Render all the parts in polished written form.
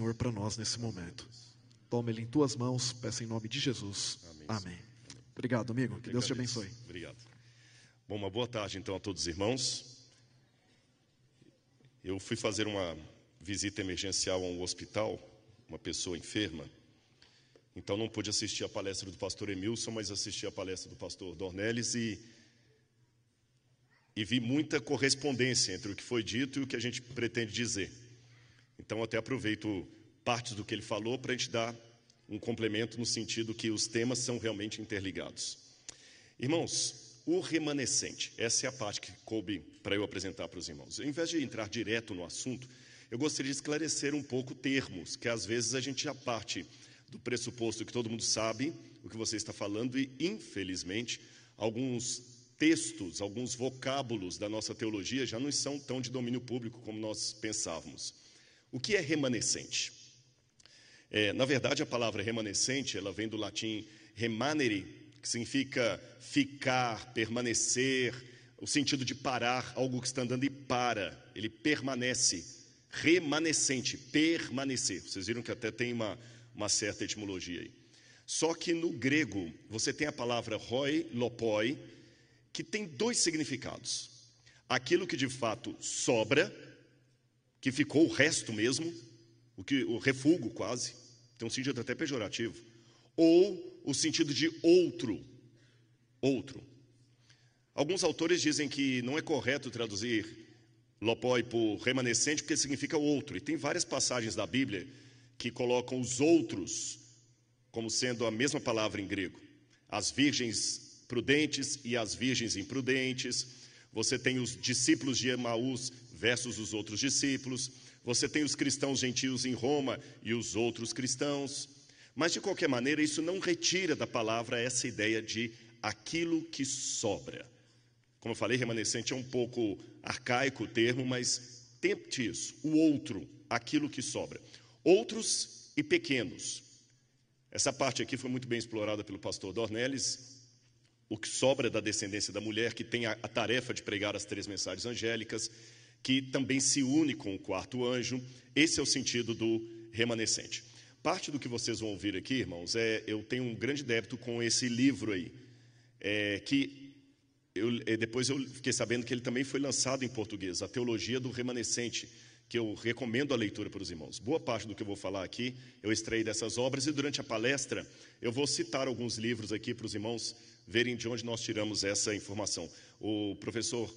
Senhor para nós nesse momento. Toma ele em tuas mãos, peço em nome de Jesus. Amém. Obrigado, amigo. Que Deus te abençoe. Obrigado. Bom, uma boa tarde então a todos os irmãos. Eu fui fazer uma visita emergencial a um hospital, uma pessoa enferma. Então não pude assistir a palestra do pastor Emilson, mas assisti a palestra do pastor Dornelles e vi muita correspondência entre o que foi dito e o que a gente pretende dizer. Então até aproveito partes do que ele falou para a gente dar um complemento no sentido que os temas são realmente interligados. Irmãos, o remanescente, essa é a parte que coube para eu apresentar para os irmãos. Ao invés de entrar direto no assunto, eu gostaria de esclarecer um pouco termos, que às vezes a gente já parte do pressuposto que todo mundo sabe o que você está falando e, infelizmente, alguns textos, alguns vocábulos da nossa teologia já não são tão de domínio público como nós pensávamos. O que é remanescente? Na verdade, a palavra remanescente, ela vem do latim remanere, que significa ficar, permanecer, o sentido de parar, algo que está andando e para, ele permanece, remanescente, permanecer. Vocês viram que até tem uma certa etimologia aí. Só que no grego, você tem a palavra roi, lopoi, que tem dois significados. Aquilo que de fato sobra, que ficou o resto mesmo, o refúgio quase, tem um sentido até pejorativo, ou o sentido de outro. Alguns autores dizem que não é correto traduzir lopoi por remanescente, porque significa outro, e tem várias passagens da Bíblia que colocam os outros como sendo a mesma palavra em grego. As virgens prudentes e as virgens imprudentes. Você tem os discípulos de Emaús versus os outros discípulos. Você tem os cristãos gentios em Roma e os outros cristãos. Mas, de qualquer maneira, isso não retira da palavra essa ideia de aquilo que sobra. Como eu falei, remanescente é um pouco arcaico o termo, mas tente isso, o outro, aquilo que sobra. Outros e pequenos. Essa parte aqui foi muito bem explorada pelo pastor Dornelles. O que sobra da descendência da mulher, que tem a tarefa de pregar as 3 mensagens angélicas, que também se une com o 4º anjo. Esse é o sentido do remanescente. Parte do que vocês vão ouvir aqui, irmãos, eu tenho um grande débito com esse livro aí, depois eu fiquei sabendo que ele também foi lançado em português, A Teologia do Remanescente, que eu recomendo a leitura para os irmãos. Boa parte do que eu vou falar aqui, eu extraí dessas obras, e durante a palestra eu vou citar alguns livros aqui para os irmãos verem de onde nós tiramos essa informação. O professor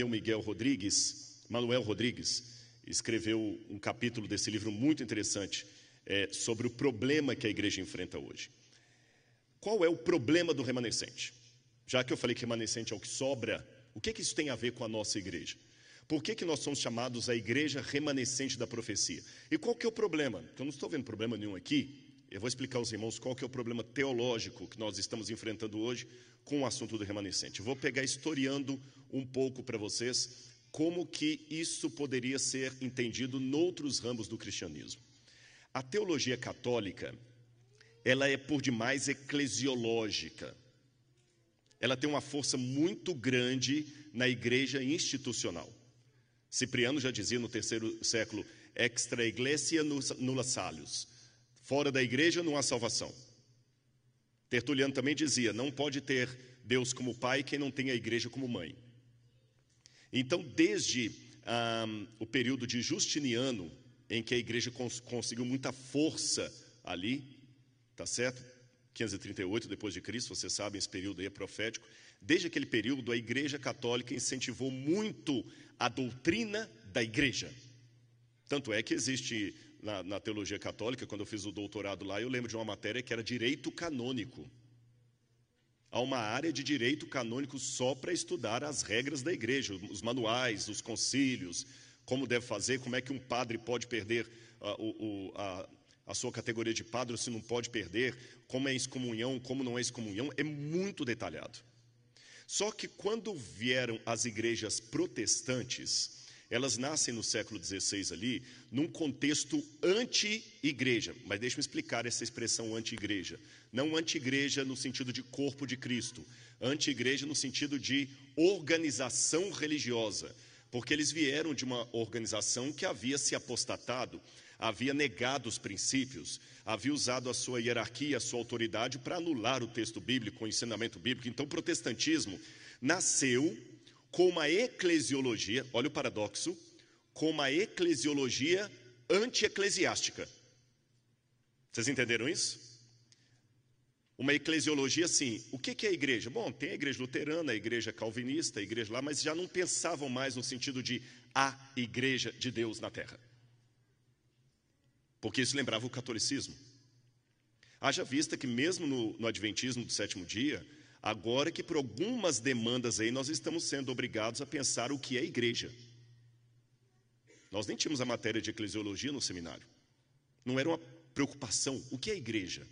Manuel Rodrigues, escreveu um capítulo desse livro muito interessante, sobre o problema que a igreja enfrenta hoje. Qual é o problema do remanescente? Já que eu falei que remanescente é o que sobra, o que isso tem a ver com a nossa igreja? Por que nós somos chamados a igreja remanescente da profecia? E qual que é o problema? Eu não estou vendo problema nenhum aqui. Eu vou explicar aos irmãos qual que é o problema teológico que nós estamos enfrentando hoje com o assunto do remanescente. Eu vou pegar historiando um pouco para vocês como que isso poderia ser entendido noutros ramos do cristianismo. A teologia católica, ela é por demais eclesiológica. Ela tem uma força muito grande na igreja institucional. Cipriano já dizia no 3º século, extra ecclesia nulla salus. Fora da igreja não há salvação. Tertuliano também dizia, não pode ter Deus como pai quem não tem a igreja como mãe. Então, desde o período de Justiniano, em que a igreja conseguiu muita força ali, tá certo? 538 depois de Cristo, vocês sabem, esse período aí é profético. Desde aquele período, a igreja católica incentivou muito a doutrina da igreja. Tanto é que existe na teologia católica, quando eu fiz o doutorado lá, eu lembro de uma matéria que era direito canônico. Há uma área de direito canônico só para estudar as regras da igreja, os manuais, os concílios, como deve fazer, como é que um padre pode perder a sua categoria de padre, ou se não pode perder, como é excomunhão, como não é excomunhão, é muito detalhado. Só que quando vieram as igrejas protestantes, elas nascem no século XVI ali, num contexto anti-igreja. Mas deixa-me explicar essa expressão anti-igreja. Não anti-igreja no sentido de corpo de Cristo, anti-igreja no sentido de organização religiosa, porque eles vieram de uma organização que havia se apostatado. havia negado os princípios, havia usado a sua hierarquia, a sua autoridade para anular o texto bíblico, o ensinamento bíblico. Então o protestantismo nasceu com uma eclesiologia, olha o paradoxo, com uma eclesiologia anti-eclesiástica. Vocês entenderam isso? Uma eclesiologia assim, o que é a igreja? Bom, tem a igreja luterana, a igreja calvinista, a igreja lá, mas já não pensavam mais no sentido de a igreja de Deus na terra. Porque isso lembrava o catolicismo. Haja vista que mesmo no adventismo do sétimo dia, agora que por algumas demandas aí nós estamos sendo obrigados a pensar o que é igreja. Nós nem tínhamos a matéria de eclesiologia no seminário. Não era uma preocupação, o que é igreja?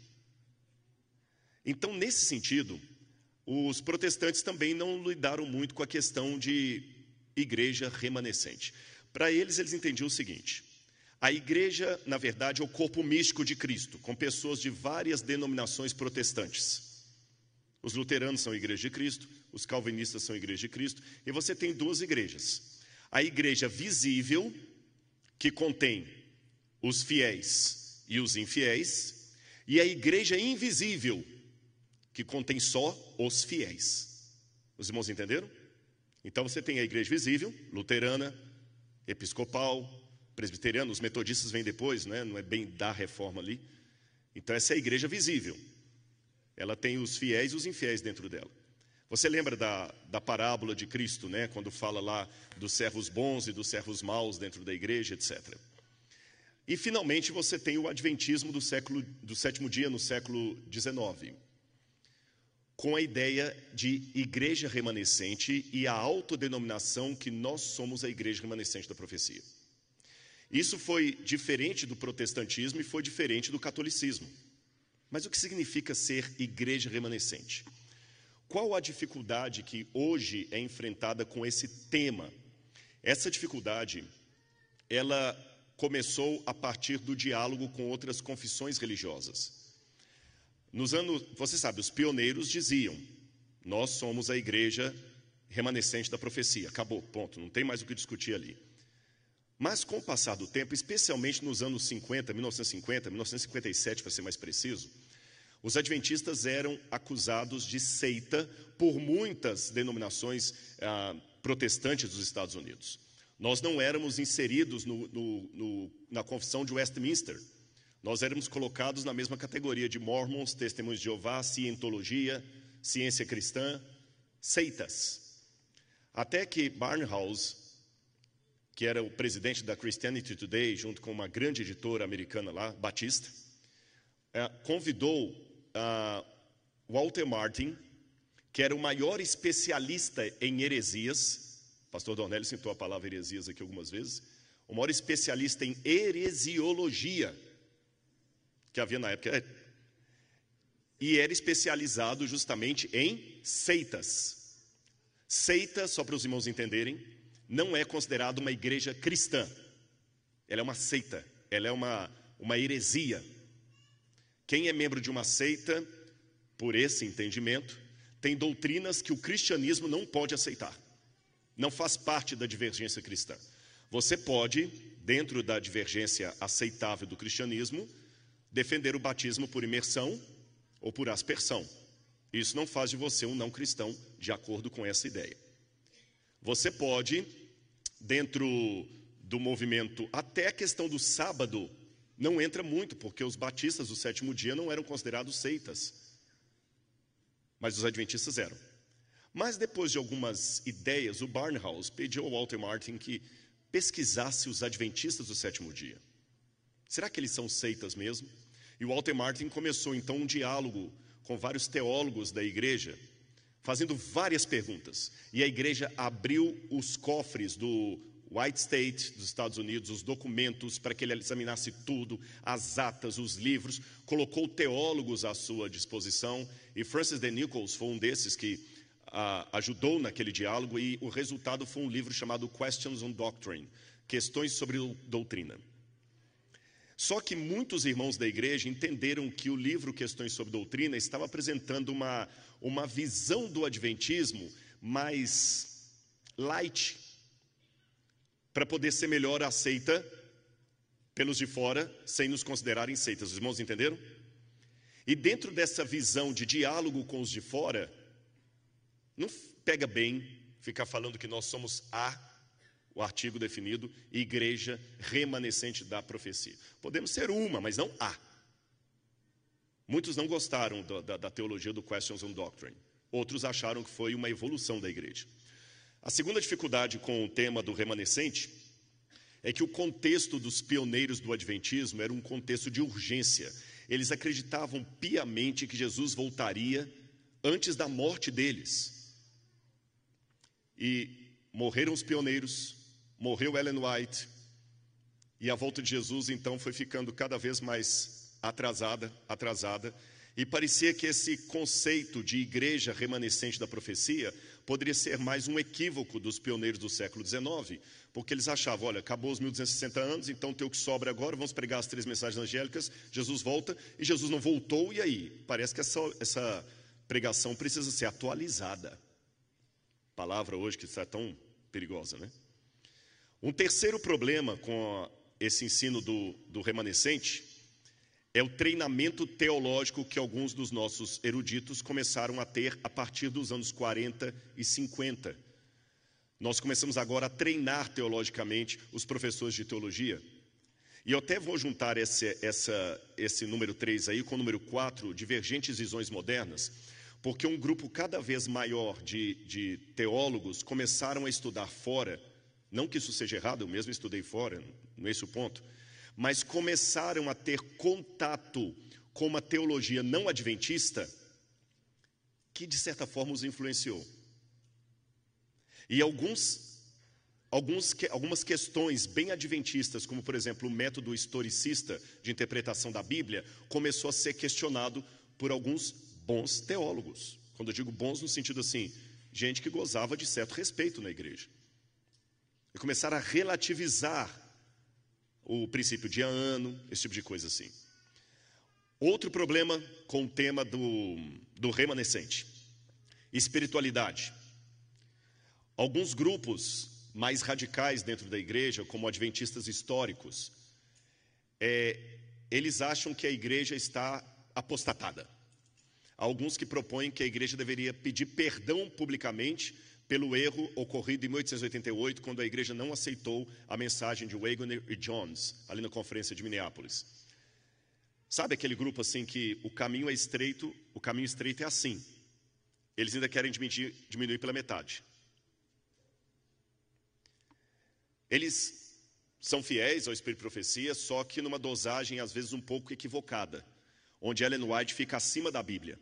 Então, nesse sentido, os protestantes também não lidaram muito com a questão de igreja remanescente. Para eles entendiam o seguinte: a igreja, na verdade, é o corpo místico de Cristo, com pessoas de várias denominações protestantes. Os luteranos são a igreja de Cristo, os calvinistas são a igreja de Cristo, e você tem duas igrejas. A igreja visível, que contém os fiéis e os infiéis, e a igreja invisível, que contém só os fiéis. Os irmãos entenderam? Então você tem a igreja visível, luterana, episcopal, presbiteriana, os metodistas vêm depois, né? Não é bem da reforma ali. Então essa é a igreja visível. Ela tem os fiéis e os infiéis dentro dela. Você lembra da parábola de Cristo, né? Quando fala lá dos servos bons e dos servos maus dentro da igreja, etc. E finalmente você tem o adventismo do sétimo dia no século XIX, com a ideia de igreja remanescente e a autodenominação que nós somos a igreja remanescente da profecia. Isso foi diferente do protestantismo e foi diferente do catolicismo. Mas o que significa ser igreja remanescente? Qual a dificuldade que hoje é enfrentada com esse tema? Essa dificuldade, ela começou a partir do diálogo com outras confissões religiosas. Nos anos, você sabe, os pioneiros diziam: nós somos a igreja remanescente da profecia. Acabou, ponto, não tem mais o que discutir ali. Mas com o passar do tempo, especialmente nos anos 50, 1950, 1957, para ser mais preciso, os adventistas eram acusados de seita por muitas denominações protestantes dos Estados Unidos. Nós não éramos inseridos na confissão de Westminster. Nós éramos colocados na mesma categoria de Mormons, Testemunhos de Jeová, Cientologia, ciência cristã, seitas. Até que Barnhouse, que era o presidente da Christianity Today, junto com uma grande editora americana lá, Batista, convidou Walter Martin, que era o maior especialista em heresias. O pastor Dornelli citou a palavra heresias aqui algumas vezes. O maior especialista em heresiologia que havia na época. E era especializado justamente em seitas. Seita, só para os irmãos entenderem, não é considerada uma igreja cristã. Ela é uma seita, ela é uma heresia. Quem é membro de uma seita, por esse entendimento, tem doutrinas que o cristianismo não pode aceitar. Não faz parte da divergência cristã. Você pode, dentro da divergência aceitável do cristianismo, defender o batismo por imersão ou por aspersão. Isso não faz de você um não cristão, de acordo com essa ideia. Você pode, dentro do movimento, até a questão do sábado não entra muito, porque os batistas do sétimo dia não eram considerados seitas, mas os adventistas eram. Mas depois de algumas ideias, o Barnhouse pediu ao Walter Martin que pesquisasse os adventistas do sétimo dia. Será que eles são seitas mesmo? E o Walter Martin começou então um diálogo com vários teólogos da igreja, fazendo várias perguntas. E a igreja abriu os cofres do White State dos Estados Unidos, os documentos, para que ele examinasse tudo, as atas, os livros, colocou teólogos à sua disposição. E Francis D. Nichols foi um desses que ajudou naquele diálogo, e o resultado foi um livro chamado Questions on Doctrine, Questões sobre Doutrina. Só que muitos irmãos da igreja entenderam que o livro Questões sobre Doutrina estava apresentando uma visão do adventismo mais light, para poder ser melhor aceita pelos de fora, sem nos considerarem seitas. Os irmãos entenderam? E dentro dessa visão de diálogo com os de fora, não pega bem ficar falando que nós somos o artigo definido, igreja remanescente da profecia. Podemos ser uma, mas não a. Muitos não gostaram da teologia do Questions on Doctrine. Outros acharam que foi uma evolução da igreja. A segunda dificuldade com o tema do remanescente é que o contexto dos pioneiros do adventismo era um contexto de urgência. Eles acreditavam piamente que Jesus voltaria antes da morte deles. E morreram os pioneiros, morreu Ellen White, e a volta de Jesus então foi ficando cada vez mais atrasada, e parecia que esse conceito de igreja remanescente da profecia poderia ser mais um equívoco dos pioneiros do século XIX, porque eles achavam, olha, acabou os 1260 anos, então tem o que sobra agora, vamos pregar as 3 mensagens angélicas, Jesus volta, e Jesus não voltou, e aí? Parece que essa pregação precisa ser atualizada. Palavra hoje que está tão perigosa, né? Um terceiro problema com esse ensino do remanescente é o treinamento teológico que alguns dos nossos eruditos começaram a ter a partir dos anos 40 e 50. Nós começamos agora a treinar teologicamente os professores de teologia. E eu até vou juntar esse número 3 aí com o número 4, divergentes visões modernas, porque um grupo cada vez maior de teólogos começaram a estudar fora, não que isso seja errado, eu mesmo estudei fora, não é esse o ponto, mas começaram a ter contato com uma teologia não adventista que, de certa forma, os influenciou. E algumas questões bem adventistas, como, por exemplo, o método historicista de interpretação da Bíblia, começou a ser questionado por alguns bons teólogos. Quando eu digo bons, no sentido assim, gente que gozava de certo respeito na igreja. E começaram a relativizar o princípio de ano, esse tipo de coisa assim. Outro problema com o tema do remanescente: espiritualidade. Alguns grupos mais radicais dentro da igreja, como adventistas históricos, eles acham que a igreja está apostatada. Há alguns que propõem que a igreja deveria pedir perdão publicamente pelo erro ocorrido em 1888, quando a igreja não aceitou a mensagem de Wagner e Jones, ali na conferência de Minneapolis. Sabe aquele grupo assim que o caminho estreito é assim. Eles ainda querem diminuir pela metade. Eles são fiéis ao Espírito de Profecia, só que numa dosagem às vezes um pouco equivocada, onde Ellen White fica acima da Bíblia.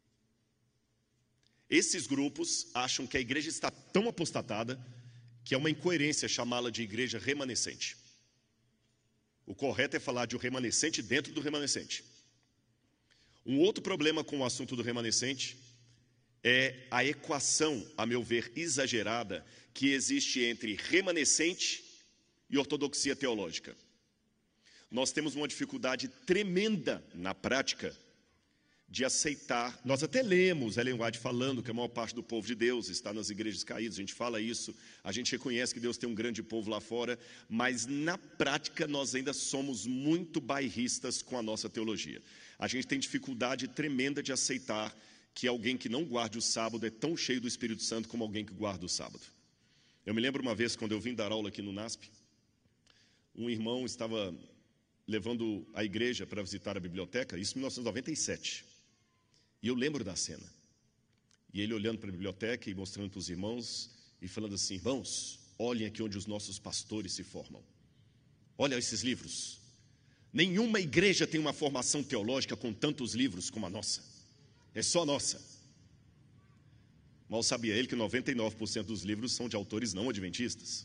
Esses grupos acham que a igreja está tão apostatada que é uma incoerência chamá-la de igreja remanescente. O correto é falar de um remanescente dentro do remanescente. Um outro problema com o assunto do remanescente é a equação, a meu ver, exagerada, que existe entre remanescente e ortodoxia teológica. Nós temos uma dificuldade tremenda na prática de aceitar. Nós até lemos Ellen White falando que a maior parte do povo de Deus está nas igrejas caídas, a gente fala isso, a gente reconhece que Deus tem um grande povo lá fora, mas na prática nós ainda somos muito bairristas com a nossa teologia. A gente tem dificuldade tremenda de aceitar que alguém que não guarde o sábado é tão cheio do Espírito Santo como alguém que guarda o sábado. Eu me lembro uma vez, quando eu vim dar aula aqui no NASP, um irmão estava levando a igreja para visitar a biblioteca, isso em 1997. E eu lembro da cena. E ele olhando para a biblioteca e mostrando para os irmãos e falando assim: irmãos, olhem aqui onde os nossos pastores se formam. Olha esses livros. Nenhuma igreja tem uma formação teológica com tantos livros como a nossa. É só a nossa. Mal sabia ele que 99% dos livros são de autores não adventistas.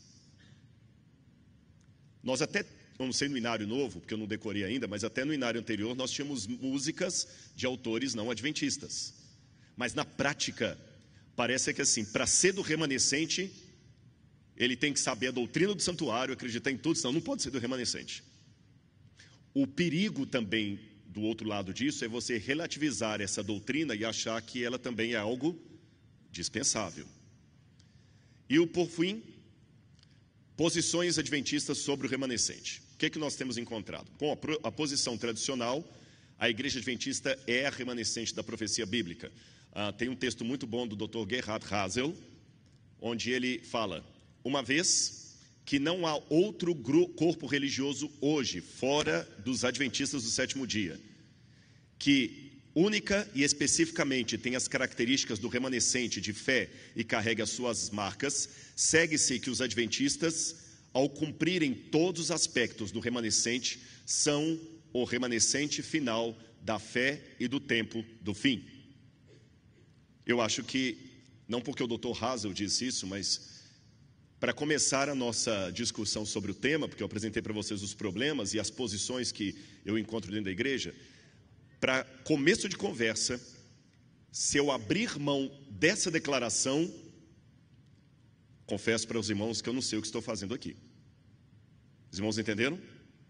Nós até, eu não sei no Inário Novo, porque eu não decorei ainda, mas até no Inário anterior nós tínhamos músicas de autores não adventistas. Mas na prática, parece que assim, para ser do remanescente, ele tem que saber a doutrina do santuário, acreditar em tudo, senão não pode ser do remanescente. O perigo também, do outro lado disso, é você relativizar essa doutrina e achar que ela também é algo dispensável. E por fim, posições adventistas sobre o remanescente. o que é que nós temos encontrado? Bom, a posição tradicional, a igreja adventista é a remanescente da profecia bíblica. Tem um texto muito bom do Dr. Gerhard Hasel, onde ele fala: uma vez que não há outro corpo religioso hoje, fora dos adventistas do sétimo dia, que única e especificamente tem as características do remanescente de fé e carrega as suas marcas, segue-se que os adventistas, ao cumprirem todos os aspectos do remanescente, são o remanescente final da fé e do tempo do fim. Eu acho que, não porque o Dr. Hasel disse isso, mas para começar a nossa discussão sobre o tema, porque eu apresentei para vocês os problemas e as posições que eu encontro dentro da igreja, para começo de conversa, se eu abrir mão dessa declaração, confesso para os irmãos que eu não sei o que estou fazendo aqui. Os irmãos entenderam?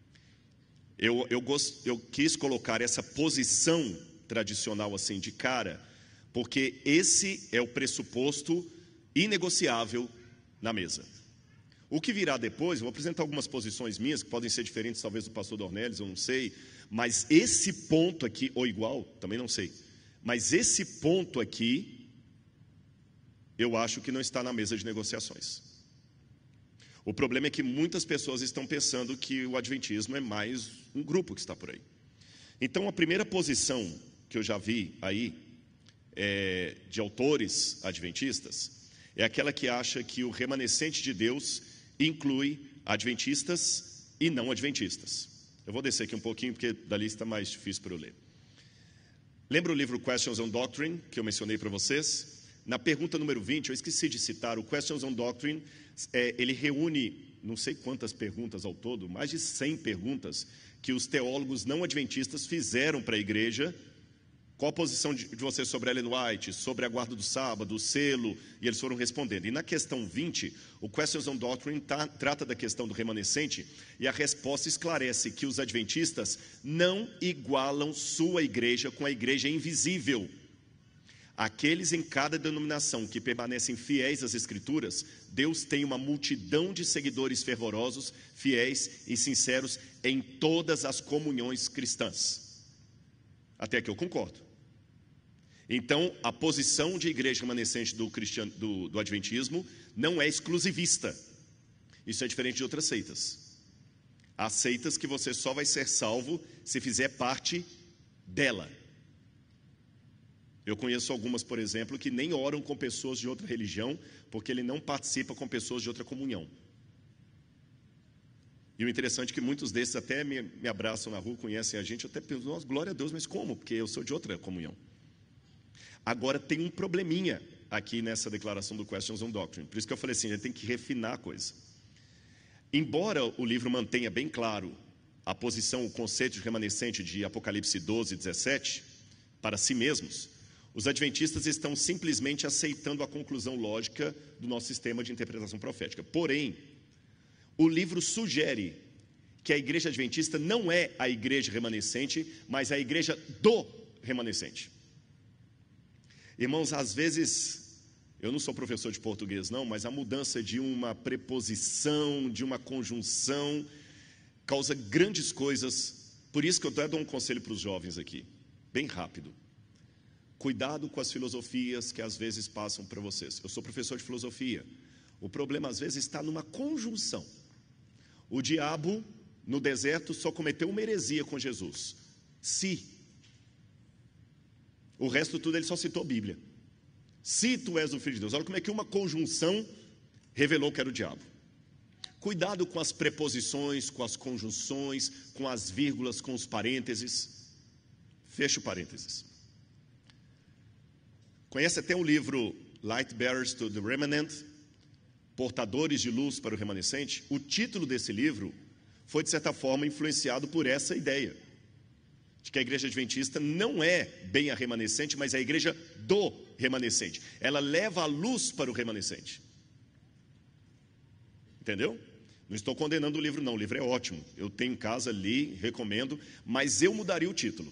Eu quis colocar essa posição tradicional assim de cara, porque esse é o pressuposto inegociável na mesa. O que virá depois, eu vou apresentar algumas posições minhas, que podem ser diferentes talvez do pastor Dornelles, eu não sei, mas esse ponto aqui, ou igual, também não sei, mas esse ponto aqui, eu acho que não está na mesa de negociações. O problema é que muitas pessoas estão pensando que o adventismo é mais um grupo que está por aí. Então, a primeira posição que eu já vi aí, de autores adventistas, é aquela que acha que o remanescente de Deus inclui adventistas e não adventistas. Eu vou descer aqui um pouquinho, porque dali está mais difícil para eu ler. Lembra o livro Questions on Doctrine, que eu mencionei para vocês? Na pergunta número 20, eu esqueci de citar, o Questions on Doctrine, ele reúne, não sei quantas perguntas ao todo, mais de 100 perguntas que os teólogos não adventistas fizeram para a igreja. Qual a posição de vocês sobre Ellen White, sobre a guarda do sábado, o selo, e eles foram respondendo. E na questão 20, o Questions on Doctrine trata da questão do remanescente, e a resposta esclarece que os adventistas não igualam sua igreja com a igreja invisível. Aqueles em cada denominação que permanecem fiéis às Escrituras, Deus tem uma multidão de seguidores fervorosos, fiéis e sinceros em todas as comunhões cristãs. Até aqui eu concordo. Então, a posição de igreja remanescente do adventismo não é exclusivista. Isso é diferente de outras seitas. Há seitas que você só vai ser salvo se fizer parte dela. Eu conheço algumas, por exemplo, que nem oram com pessoas de outra religião, porque ele não participa com pessoas de outra comunhão. E o interessante é que muitos desses até me abraçam na rua, conhecem a gente, eu até penso, nossa, glória a Deus, mas como? Porque eu sou de outra comunhão. Agora tem um probleminha aqui nessa declaração do Questions on Doctrine, por isso que eu falei assim, a gente tem que refinar a coisa. Embora o livro mantenha bem claro a posição, o conceito de remanescente de Apocalipse 12 e 17, para si mesmos, os adventistas estão simplesmente aceitando a conclusão lógica do nosso sistema de interpretação profética. Porém, o livro sugere que a igreja adventista não é a igreja remanescente, mas a igreja do remanescente. Irmãos, às vezes, eu não sou professor de português não, mas a mudança de uma preposição, de uma conjunção, causa grandes coisas. Por isso que eu até dou um conselho para os jovens aqui, bem rápido. Cuidado com as filosofias que às vezes passam para vocês. Eu sou professor de filosofia. O problema às vezes está numa conjunção. O diabo, no deserto, só cometeu uma heresia com Jesus. Se. O resto tudo ele só citou a Bíblia. Se tu és o Filho de Deus. Olha como é que uma conjunção revelou que era o diabo. Cuidado com as preposições, com as conjunções, com as vírgulas, com os parênteses. Fecha o parênteses. Conhece até o livro Light Bearers to the Remnant, Portadores de Luz para o Remanescente? O título desse livro foi, de certa forma, influenciado por essa ideia, de que a igreja adventista não é bem a remanescente, mas é a igreja do remanescente. Ela leva a luz para o remanescente. Entendeu? Não estou condenando o livro não, o livro é ótimo. Eu tenho em casa, li, recomendo, mas eu mudaria o título.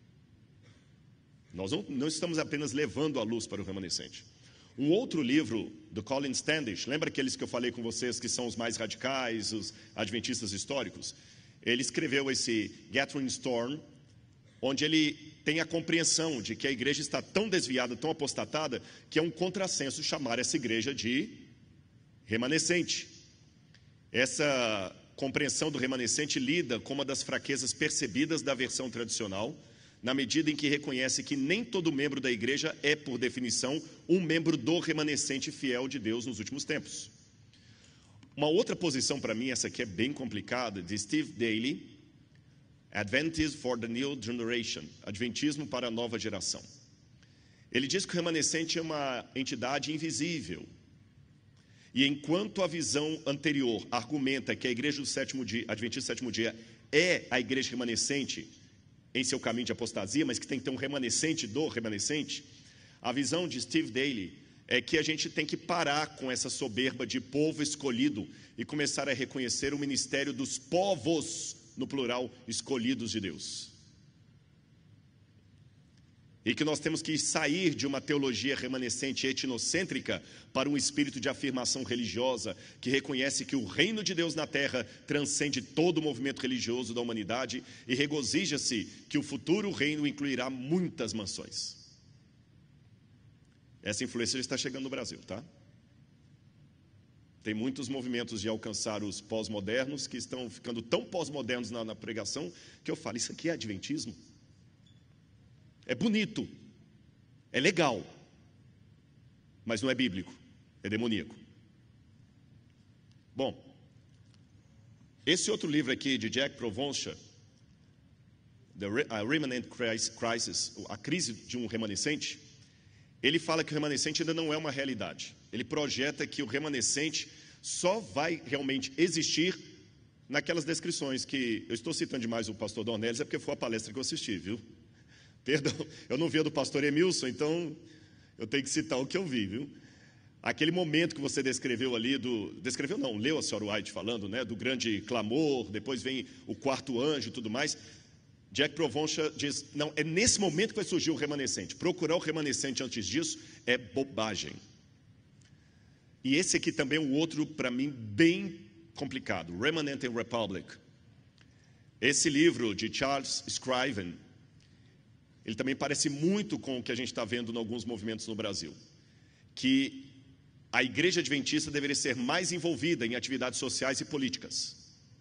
Nós não estamos apenas levando a luz para o remanescente. Um outro livro do Colin Standish, lembra aqueles que eu falei com vocês que são os mais radicais, os adventistas históricos? ele escreveu esse Gathering Storm, onde ele tem a compreensão de que a igreja está tão desviada, tão apostatada, que é um contrassenso chamar essa igreja de remanescente. Essa compreensão do remanescente lida com uma das fraquezas percebidas da versão tradicional, na medida em que reconhece que nem todo membro da igreja é, por definição, um membro do remanescente fiel de Deus nos últimos tempos. Uma outra posição para mim, essa aqui é bem complicada, de Steve Daly, Adventism for the New Generation, Adventismo para a nova geração. Ele diz que o remanescente é uma entidade invisível. E enquanto a visão anterior argumenta que a igreja do sétimo dia, Adventista do sétimo dia, é a igreja remanescente em seu caminho de apostasia, mas que tem que ter um remanescente do remanescente, a visão de Steve Daly é que a gente tem que parar com essa soberba de povo escolhido e começar a reconhecer o ministério dos povos, no plural, escolhidos de Deus. E que nós temos que sair de uma teologia remanescente etnocêntrica para um espírito de afirmação religiosa que reconhece que o reino de Deus na terra transcende todo o movimento religioso da humanidade e regozija-se que o futuro reino incluirá muitas mansões. Essa influência já está chegando no Brasil, tá? Tem muitos movimentos de alcançar os pós-modernos que estão ficando tão pós-modernos na pregação que eu falo, isso aqui é adventismo? É bonito, é legal, mas não é bíblico, é demoníaco. Bom, esse outro livro aqui de Jack Provonsha, A Remnant Crisis, a crise de um remanescente, ele fala que o remanescente ainda não é uma realidade. Ele projeta que o remanescente só vai realmente existir naquelas descrições que... Eu estou citando demais o pastor Dornelles, é porque foi a palestra que eu assisti, viu? Perdão, eu não vi a do pastor Emilson, então eu tenho que citar o que eu vi, viu? Aquele momento que você descreveu ali, descreveu não, leu a senhora White falando, né? Do grande clamor, depois vem o quarto anjo e tudo mais. Jack Provonsha diz, não, é nesse momento que vai surgir o remanescente. Procurar o remanescente antes disso é bobagem. E esse aqui também é um outro, para mim, bem complicado, Remnant and Republic. Esse livro de Charles Scriven, ele também parece muito com o que a gente está vendo em alguns movimentos no Brasil. Que a igreja adventista deveria ser mais envolvida em atividades sociais e políticas.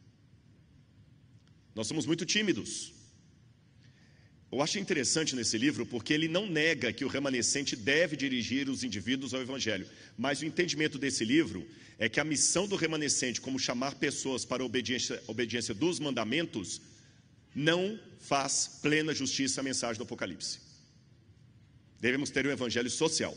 Nós somos muito tímidos. Eu acho interessante nesse livro porque ele não nega que o remanescente deve dirigir os indivíduos ao evangelho, mas o entendimento desse livro é que a missão do remanescente, como chamar pessoas para a obediência dos mandamentos, não faz plena justiça à mensagem do Apocalipse. Devemos ter um evangelho social.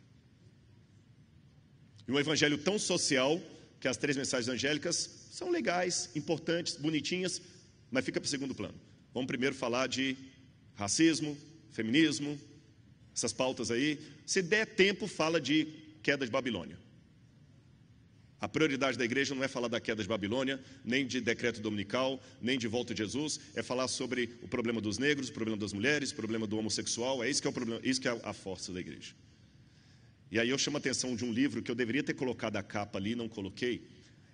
E um evangelho tão social que as 3 mensagens angélicas são legais, importantes, bonitinhas, mas fica para o segundo plano. Vamos primeiro falar de racismo, feminismo, essas pautas aí. Se der tempo, fala de queda de Babilônia. A prioridade da igreja não é falar da queda de Babilônia, nem de decreto dominical, nem de volta de Jesus, é falar sobre o problema dos negros, o problema das mulheres, o problema do homossexual, é isso que é o problema, isso que é a força da igreja. E aí eu chamo a atenção de um livro que eu deveria ter colocado a capa ali, não coloquei,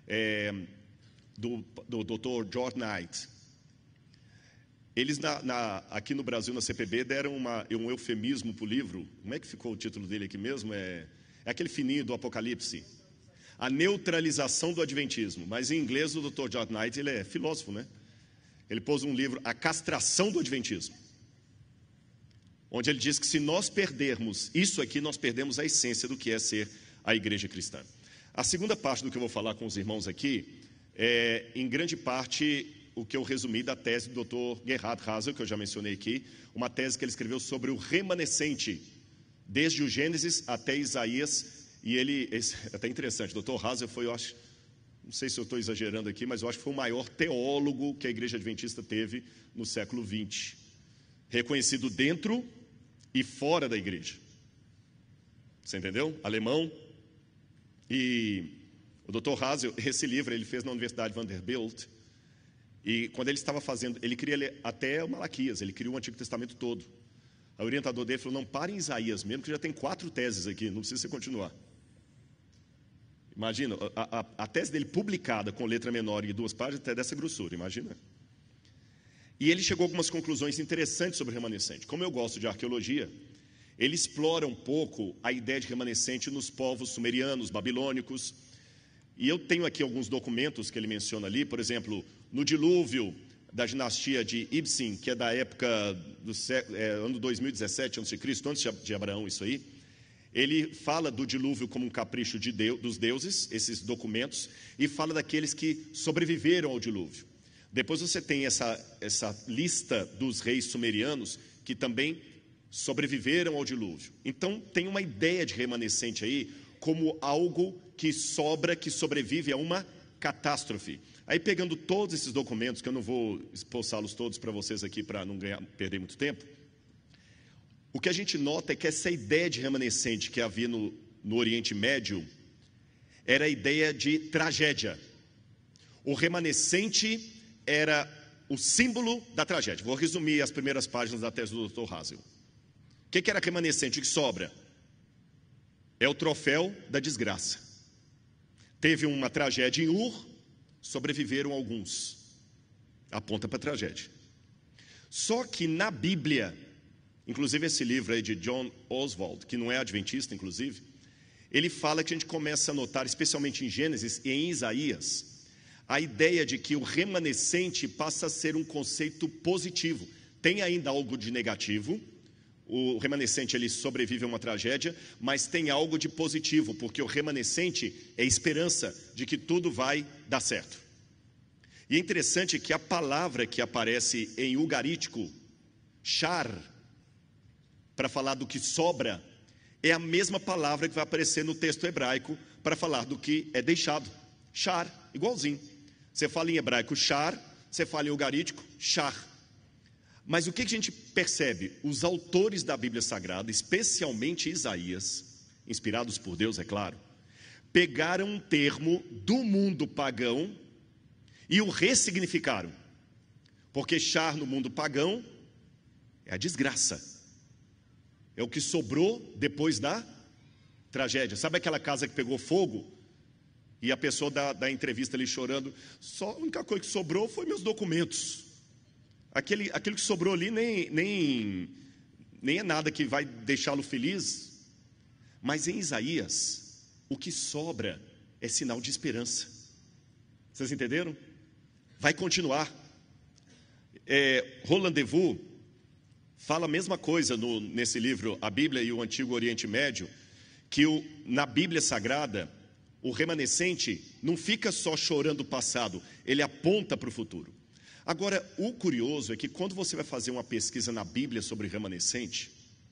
do Dr. George Knight. Eles aqui no Brasil, na CPB, deram um eufemismo para o livro. Como é que ficou o título dele aqui mesmo? É aquele fininho do Apocalipse. A neutralização do adventismo. Mas em inglês o Dr. George Knight, ele é filósofo, né? Ele pôs um livro, A Castração do Adventismo, onde ele diz que se nós perdermos isso aqui, nós perdemos a essência do que é ser a igreja cristã. A segunda parte do que eu vou falar com os irmãos aqui é, em grande parte, o que eu resumi da tese do Dr. Gerhard Hasel, que eu já mencionei aqui, uma tese que ele escreveu sobre o remanescente, desde o Gênesis até Isaías. E ele, é até interessante, o Dr. Hasel foi, eu acho, não sei se eu estou exagerando aqui, mas eu acho que foi o maior teólogo que a igreja adventista teve no século XX, reconhecido dentro e fora da igreja. Você entendeu? Alemão. E o Dr. Hasel, esse livro ele fez na Universidade Vanderbilt, e quando ele estava fazendo, ele queria ler até o Malaquias, ele queria o Antigo Testamento todo. O orientador dele falou, não, pare em Isaías mesmo, que já tem 4 teses aqui, não precisa você continuar. Imagina, a tese dele publicada com letra menor e 2 páginas, até dessa grossura, imagina. E ele chegou a algumas conclusões interessantes sobre o remanescente. Como eu gosto de arqueologia, ele explora um pouco a ideia de remanescente nos povos sumerianos, babilônicos. E eu tenho aqui alguns documentos que ele menciona ali, por exemplo, no dilúvio da dinastia de Ibsen, que é da época do ano 2017 a.C., antes de Abraão, isso aí. Ele fala do dilúvio como um capricho dos deuses, esses documentos, e fala daqueles que sobreviveram ao dilúvio. Depois você tem essa lista dos reis sumerianos que também sobreviveram ao dilúvio. Então tem uma ideia de remanescente aí como algo que sobra, que sobrevive a uma catástrofe. Aí pegando todos esses documentos, que eu não vou expulsá-los todos para vocês aqui para não perder muito tempo, o que a gente nota é que essa ideia de remanescente que havia no Oriente Médio era a ideia de tragédia. O remanescente era o símbolo da tragédia. Vou resumir as primeiras páginas da tese do Dr. Hazel. O que era remanescente? O que sobra? É o troféu da desgraça. Teve uma tragédia em Ur, sobreviveram alguns. Aponta para a tragédia. Só que na Bíblia, inclusive esse livro aí de John Oswald, que não é adventista, inclusive, ele fala que a gente começa a notar, especialmente em Gênesis e em Isaías, a ideia de que o remanescente passa a ser um conceito positivo. Tem ainda algo de negativo, o remanescente ele sobrevive a uma tragédia, mas tem algo de positivo, porque o remanescente é esperança de que tudo vai dar certo. E é interessante que a palavra que aparece em ugarítico, char, para falar do que sobra, é a mesma palavra que vai aparecer no texto hebraico para falar do que é deixado. Char, igualzinho. Você fala em hebraico char, você fala em ugarítico char. Mas o que a gente percebe? Os autores da Bíblia Sagrada, especialmente Isaías, inspirados por Deus, é claro, pegaram um termo do mundo pagão e o ressignificaram. Porque char no mundo pagão é a desgraça. É o que sobrou depois da tragédia. Sabe aquela casa que pegou fogo? E a pessoa dá entrevista ali chorando. Só a única coisa que sobrou foi meus documentos. Aquilo que sobrou ali nem é nada que vai deixá-lo feliz. Mas em Isaías, o que sobra é sinal de esperança. Vocês entenderam? Vai continuar. Roland Devaux fala a mesma coisa nesse livro, A Bíblia e o Antigo Oriente Médio, que na Bíblia Sagrada, o remanescente não fica só chorando o passado, ele aponta para o futuro. Agora, o curioso é que quando você vai fazer uma pesquisa na Bíblia sobre remanescente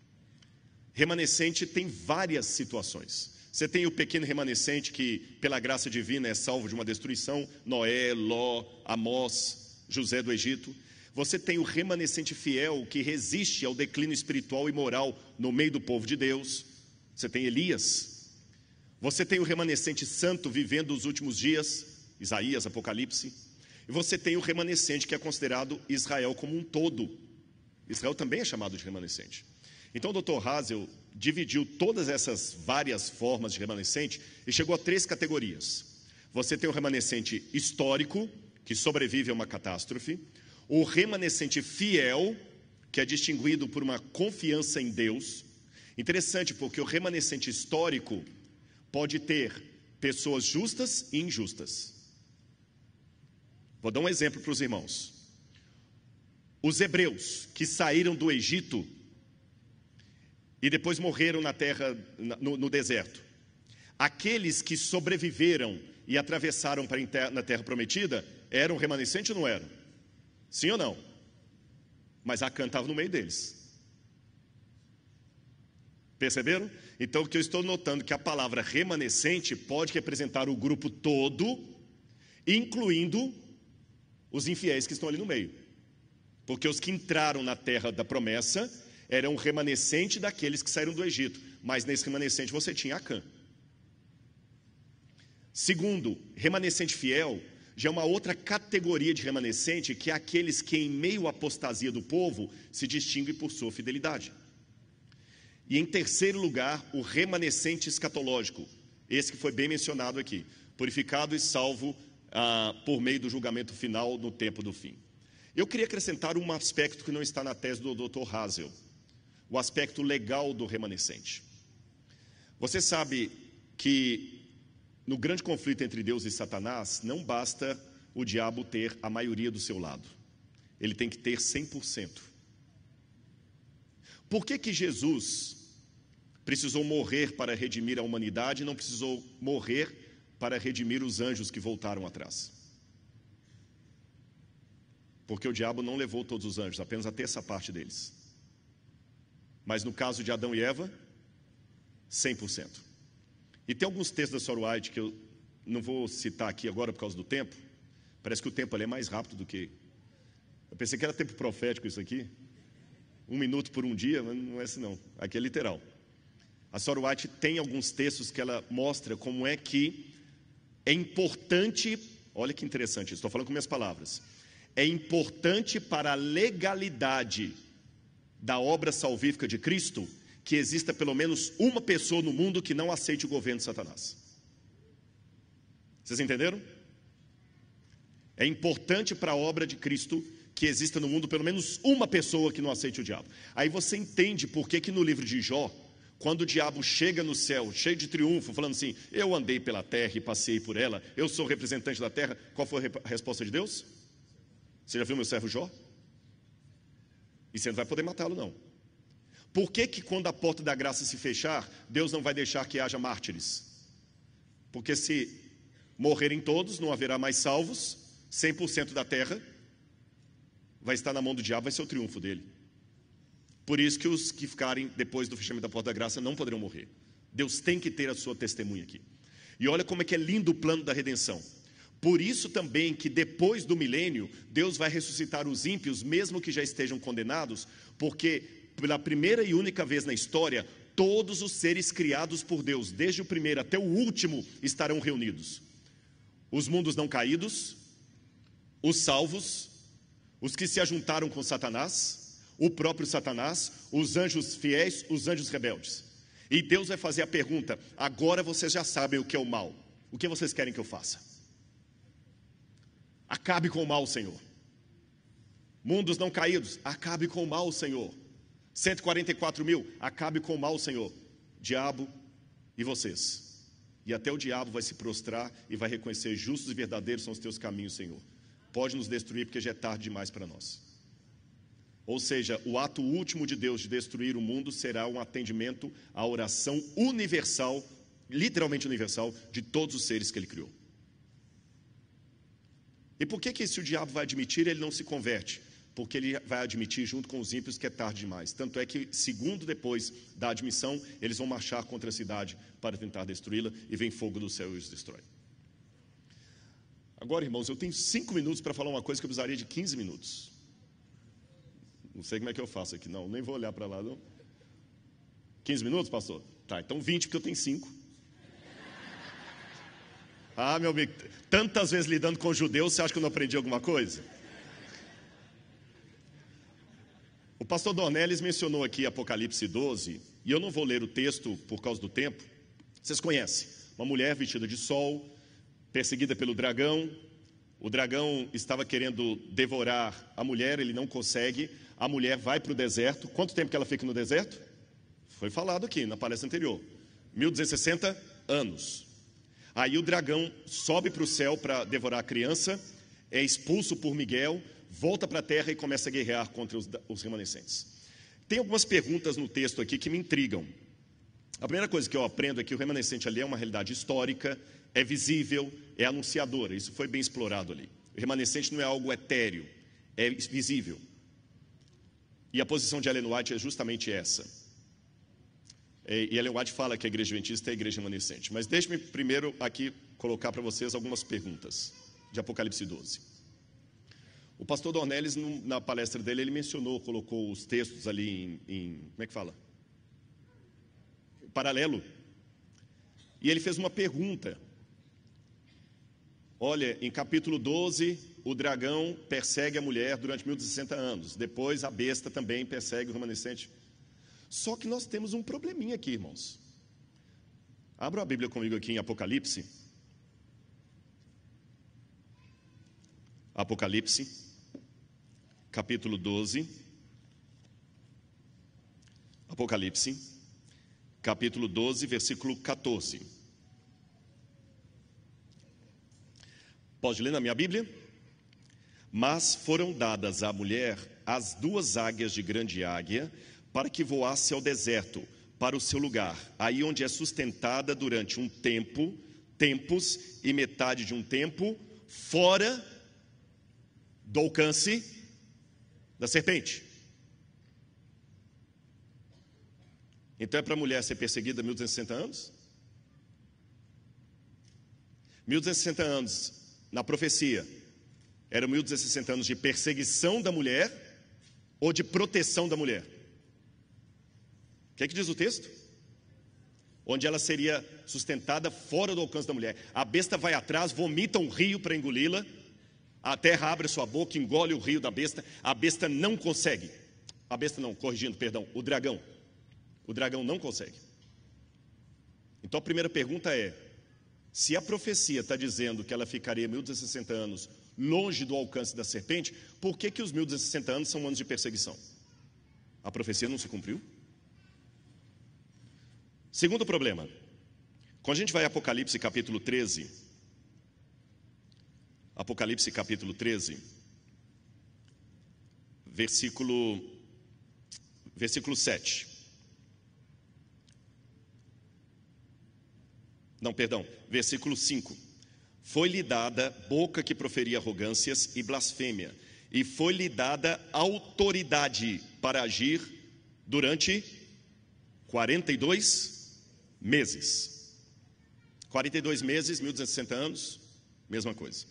tem várias situações. Você tem o pequeno remanescente que, pela graça divina, é salvo de uma destruição, Noé, Ló, Amós, José do Egito. Você tem o remanescente fiel que resiste ao declínio espiritual e moral no meio do povo de Deus. Você tem Elias. Você tem o remanescente santo vivendo os últimos dias, Isaías, Apocalipse. E você tem o remanescente que é considerado Israel como um todo. Israel também é chamado de remanescente. Então o Dr. Hazel dividiu todas essas várias formas de remanescente e chegou a 3 categorias. Você tem o remanescente histórico, que sobrevive a uma catástrofe. O remanescente fiel, que é distinguido por uma confiança em Deus. Interessante, porque o remanescente histórico pode ter pessoas justas e injustas. Vou dar um exemplo para os irmãos. Os hebreus que saíram do Egito e depois morreram na terra, no deserto. Aqueles que sobreviveram e atravessaram na terra prometida, eram remanescentes ou não eram? Sim ou não? Mas Acã estava no meio deles. Perceberam? Então o que eu estou notando é que a palavra remanescente pode representar o grupo todo, incluindo os infiéis que estão ali no meio. Porque os que entraram na terra da promessa eram o remanescente daqueles que saíram do Egito. Mas nesse remanescente você tinha Acã. Segundo, remanescente fiel já é uma outra categoria de remanescente, que é aqueles que em meio à apostasia do povo se distinguem por sua fidelidade. E em terceiro lugar, o remanescente escatológico, esse que foi bem mencionado aqui, purificado e salvo por meio do julgamento final no tempo do fim. Eu queria acrescentar um aspecto que não está na tese do Dr. Hazel, o aspecto legal do remanescente. Você sabe que no grande conflito entre Deus e Satanás, não basta o diabo ter a maioria do seu lado, ele tem que ter 100%. Por que Jesus precisou morrer para redimir a humanidade e não precisou morrer para redimir os anjos que voltaram atrás? Porque o diabo não levou todos os anjos, apenas a terça parte deles. Mas no caso de Adão e Eva, 100%. E tem alguns textos da Sr. White que eu não vou citar aqui agora por causa do tempo. Parece que o tempo ali é mais rápido do que... Eu pensei que era tempo profético isso aqui. 1 minuto por um dia, mas não é assim não. Aqui é literal. A Sr. White tem alguns textos que ela mostra como é que é importante... Olha que interessante, estou falando com minhas palavras. É importante para a legalidade da obra salvífica de Cristo que exista pelo menos uma pessoa no mundo que não aceite o governo de Satanás. Vocês entenderam? É importante para a obra de Cristo que exista no mundo pelo menos uma pessoa que não aceite o diabo. Aí você entende por que no livro de Jó, quando o diabo chega no céu, cheio de triunfo, falando assim, eu andei pela terra e passei por ela, eu sou representante da terra, qual foi a resposta de Deus? Você já viu meu servo Jó? E você não vai poder matá-lo não. Por que quando a porta da graça se fechar, Deus não vai deixar que haja mártires? Porque se morrerem todos, não haverá mais salvos, 100% da terra vai estar na mão do diabo, vai ser o triunfo dele. Por isso que os que ficarem depois do fechamento da porta da graça não poderão morrer. Deus tem que ter a sua testemunha aqui. E olha como é que é lindo o plano da redenção. Por isso também que depois do milênio, Deus vai ressuscitar os ímpios, mesmo que já estejam condenados, porque pela primeira e única vez na história, todos os seres criados por Deus, desde o primeiro até o último, estarão reunidos. Os mundos não caídos, os salvos, os que se ajuntaram com Satanás, o próprio Satanás, os anjos fiéis, os anjos rebeldes. E Deus vai fazer a pergunta, agora vocês já sabem o que é o mal, o que vocês querem que eu faça? Acabe com o mal, Senhor. Mundos não caídos, acabe com o mal, Senhor. 144 mil, acabe com o mal, Senhor. Diabo e vocês. E até o diabo vai se prostrar e vai reconhecer justos e verdadeiros são os teus caminhos, Senhor. Pode nos destruir porque já é tarde demais para nós. Ou seja, o ato último de Deus de destruir o mundo será um atendimento à oração universal, literalmente universal, de todos os seres que Ele criou. E por que se o diabo vai admitir, ele não se converte? Porque ele vai admitir junto com os ímpios que é tarde demais. Tanto é que, segundo depois da admissão, eles vão marchar contra a cidade para tentar destruí-la, e vem fogo do céu e os destrói. Agora, irmãos, eu tenho 5 minutos para falar uma coisa que eu precisaria de 15 minutos. Não sei como é que eu faço aqui, não, nem vou olhar para lá, não. 15 minutos, pastor? Tá, então 20, porque eu tenho 5. Ah, meu amigo, tantas vezes lidando com judeus, você acha que eu não aprendi alguma coisa? O pastor Dornelles mencionou aqui Apocalipse 12, e eu não vou ler o texto por causa do tempo. Vocês conhecem, uma mulher vestida de sol, perseguida pelo dragão. O dragão estava querendo devorar a mulher, ele não consegue. A mulher vai para o deserto. Quanto tempo que ela fica no deserto? Foi falado aqui na palestra anterior. 1260 anos. Aí o dragão sobe para o céu para devorar a criança, é expulso por Miguel, volta para a terra e começa a guerrear contra os remanescentes. Tem algumas perguntas no texto aqui que me intrigam. A primeira coisa que eu aprendo é que o remanescente ali é uma realidade histórica, é visível, é anunciadora. Isso foi bem explorado ali. O remanescente não é algo etéreo, é visível. E a posição de Ellen White é justamente essa. E Ellen White fala que a igreja adventista é a igreja remanescente. Mas deixe-me primeiro aqui colocar para vocês algumas perguntas de Apocalipse 12. O pastor Dornelles, na palestra dele, ele mencionou, colocou os textos ali em como é que fala? Paralelo. E ele fez uma pergunta. Olha, em capítulo 12, o dragão persegue a mulher durante 1060 anos. Depois a besta também persegue o remanescente. Só que nós temos um probleminha aqui, irmãos. Abra a Bíblia comigo aqui em Apocalipse. Apocalipse. capítulo 12. Apocalipse, capítulo 12, versículo 14. Pode ler na minha Bíblia? Mas foram dadas à mulher as 2 águias de grande águia, para que voasse ao deserto, para o seu lugar, aí onde é sustentada durante um tempo, tempos e metade de um tempo, fora do alcance da serpente. Então é para a mulher ser perseguida 1260 anos? 1260 anos, na profecia, eram 1260 anos de perseguição da mulher ou de proteção da mulher? O que é que diz o texto? Onde ela seria sustentada fora do alcance da mulher. A besta vai atrás, vomita um rio para engoli-la, a terra abre sua boca, engole o rio da besta, a besta não consegue. A besta não, corrigindo, perdão, o dragão. O dragão não consegue. Então a primeira pergunta é: se a profecia está dizendo que ela ficaria 1260 anos longe do alcance da serpente, por que os 1260 anos são anos de perseguição? A profecia não se cumpriu? Segundo problema, quando a gente vai a Apocalipse capítulo 13, Apocalipse capítulo 13, versículo 7. Não, perdão, versículo 5. Foi-lhe dada boca que proferia arrogâncias e blasfêmia, e foi-lhe dada autoridade para agir durante 42 meses. 42 meses, 1260 anos, mesma coisa.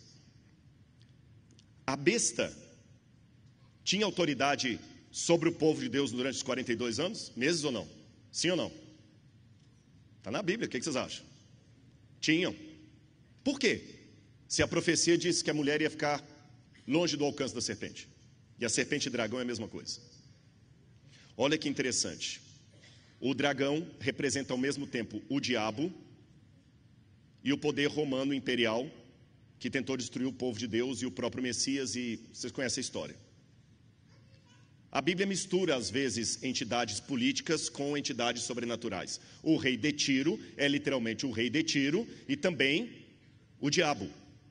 A besta tinha autoridade sobre o povo de Deus durante os 42 anos, meses ou não? Sim ou não? Está na Bíblia, o que vocês acham? Tinham. Por quê? Se a profecia disse que a mulher ia ficar longe do alcance da serpente, e a serpente e dragão é a mesma coisa. Olha que interessante. O dragão representa ao mesmo tempo o diabo e o poder romano imperial que tentou destruir o povo de Deus e o próprio Messias, e vocês conhecem a história. A Bíblia mistura às vezes entidades políticas com entidades sobrenaturais. O rei de Tiro é literalmente o rei de Tiro e também o diabo.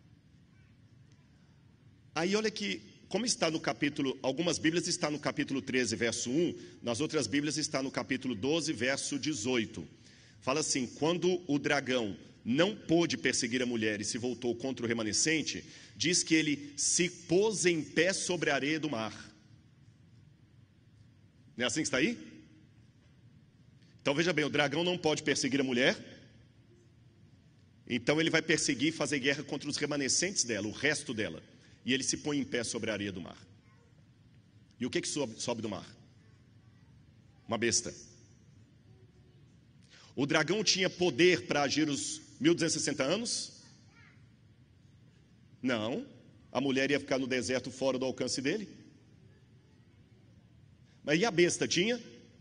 Aí olha que, como está no capítulo, algumas Bíblias está no capítulo 13, verso 1, nas outras Bíblias está no capítulo 12, verso 18. Fala assim: quando o dragão não pôde perseguir a mulher e se voltou contra o remanescente, diz que ele se pôs em pé sobre a areia do mar. Não é assim que está aí? Então veja bem, o dragão não pode perseguir a mulher, então ele vai perseguir e fazer guerra contra os remanescentes dela, o resto dela. E ele se põe em pé sobre a areia do mar. E o que sobe do mar? Uma besta. O dragão tinha poder para agir os 1260 anos? Não. A mulher ia ficar no deserto fora do alcance dele? Mas e a besta tinha?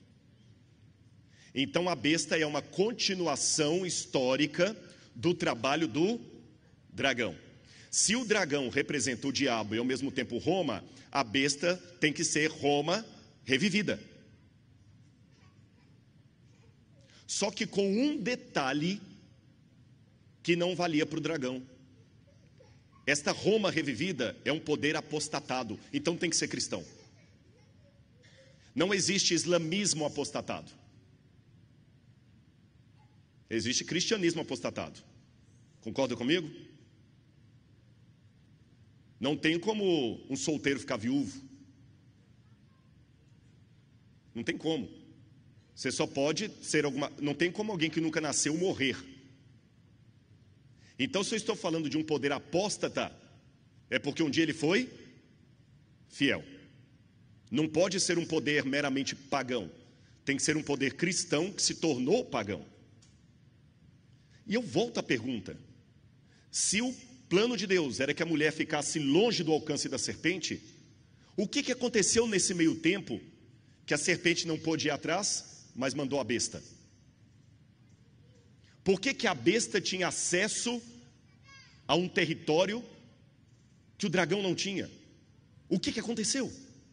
Então a besta é uma continuação histórica do trabalho do dragão. Se o dragão representa o diabo e ao mesmo tempo Roma, a besta tem que ser Roma revivida. Só que com um detalhe que não valia para o dragão. Esta Roma revivida é um poder apostatado, então tem que ser cristão. Não existe islamismo apostatado. Existe cristianismo apostatado. Concorda comigo? Não tem como um solteiro ficar viúvo. Não tem como. Você só pode ser alguma... Não tem como alguém que nunca nasceu morrer. Então, se eu estou falando de um poder apóstata, é porque um dia ele foi fiel. Não pode ser um poder meramente pagão. Tem que ser um poder cristão que se tornou pagão. E eu volto à pergunta: se o plano de Deus era que a mulher ficasse longe do alcance da serpente, o que aconteceu nesse meio tempo que a serpente não pôde ir atrás, mas mandou a besta? Por que a besta tinha acesso a um território que o dragão não tinha? O que aconteceu?